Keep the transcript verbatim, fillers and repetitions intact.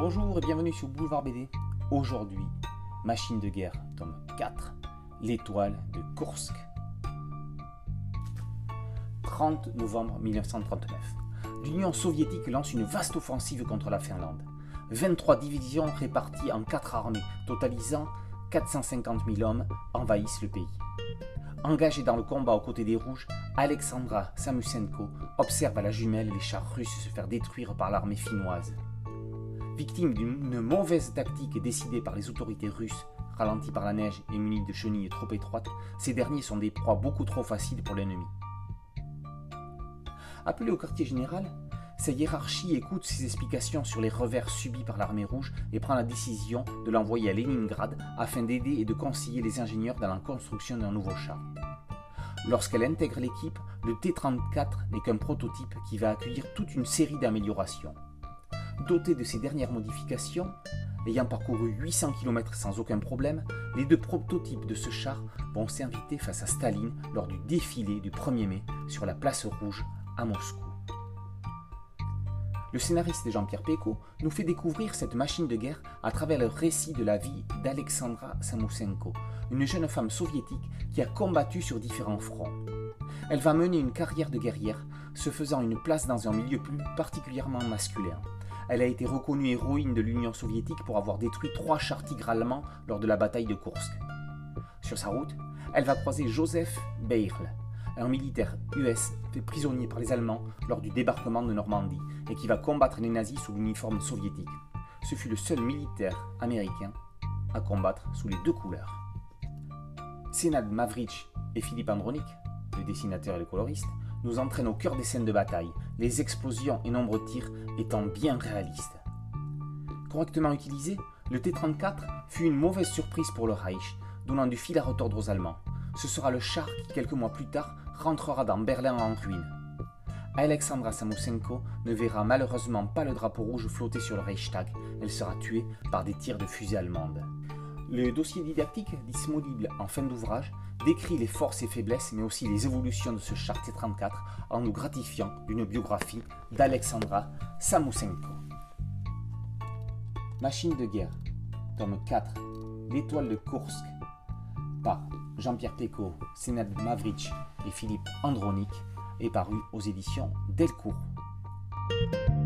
Bonjour et bienvenue sur Boulevard B D. Aujourd'hui, Machine de guerre, tome quatre, l'étoile de Koursk. trente novembre mille neuf cent trente-neuf. L'Union soviétique lance une vaste offensive contre la Finlande. vingt-trois divisions réparties en quatre armées, totalisant quatre cent cinquante mille hommes, envahissent le pays. Engagée dans le combat aux côtés des Rouges, Alexandra Samoussenko observe à la jumelle les chars russes se faire détruire par l'armée finnoise. Victime d'une mauvaise tactique décidée par les autorités russes, ralenties par la neige et munies de chenilles trop étroites, ces derniers sont des proies beaucoup trop faciles pour l'ennemi. Appelé au quartier général, sa hiérarchie écoute ses explications sur les revers subis par l'armée rouge et prend la décision de l'envoyer à Leningrad afin d'aider et de conseiller les ingénieurs dans la construction d'un nouveau char. Lorsqu'elle intègre l'équipe, le T trente-quatre n'est qu'un prototype qui va accueillir toute une série d'améliorations. Doté de ces dernières modifications, ayant parcouru huit cents kilomètres sans aucun problème, les deux prototypes de ce char vont s'inviter face à Staline lors du défilé du premier mai sur la place rouge à Moscou. Le scénariste Jean-Pierre Pécaud nous fait découvrir cette machine de guerre à travers le récit de la vie d'Alexandra Samoussenko, une jeune femme soviétique qui a combattu sur différents fronts. Elle va mener une carrière de guerrière, se faisant une place dans un milieu plus particulièrement masculin. Elle a été reconnue héroïne de l'Union soviétique pour avoir détruit trois chars tigres allemands lors de la bataille de Koursk. Sur sa route, elle va croiser Joseph Beyrle, un militaire U S fait prisonnier par les Allemands lors du débarquement de Normandie et qui va combattre les nazis sous l'uniforme soviétique. Ce fut le seul militaire américain à combattre sous les deux couleurs. Senad Mavrič et Philippe Andronic, le dessinateur et le coloriste, nous entraînent au cœur des scènes de bataille, les explosions et nombreux tirs étant bien réalistes. Correctement utilisé, le T trente-quatre fut une mauvaise surprise pour le Reich, donnant du fil à retordre aux Allemands. Ce sera le char qui, quelques mois plus tard, rentrera dans Berlin en ruine. Alexandra Samoussenko ne verra malheureusement pas le drapeau rouge flotter sur le Reichstag. Elle sera tuée par des tirs de fusée allemande. Le dossier didactique, disponible en fin d'ouvrage, décrit les forces et faiblesses, mais aussi les évolutions de ce char T trente-quatre en nous gratifiant d'une biographie d'Alexandra Samoussenko. Machine de guerre, tome quatre, l'étoile de Koursk, par Jean-Pierre Pécaud, Senad Mavrič et Philippe Andronic, est paru aux éditions Delcourt.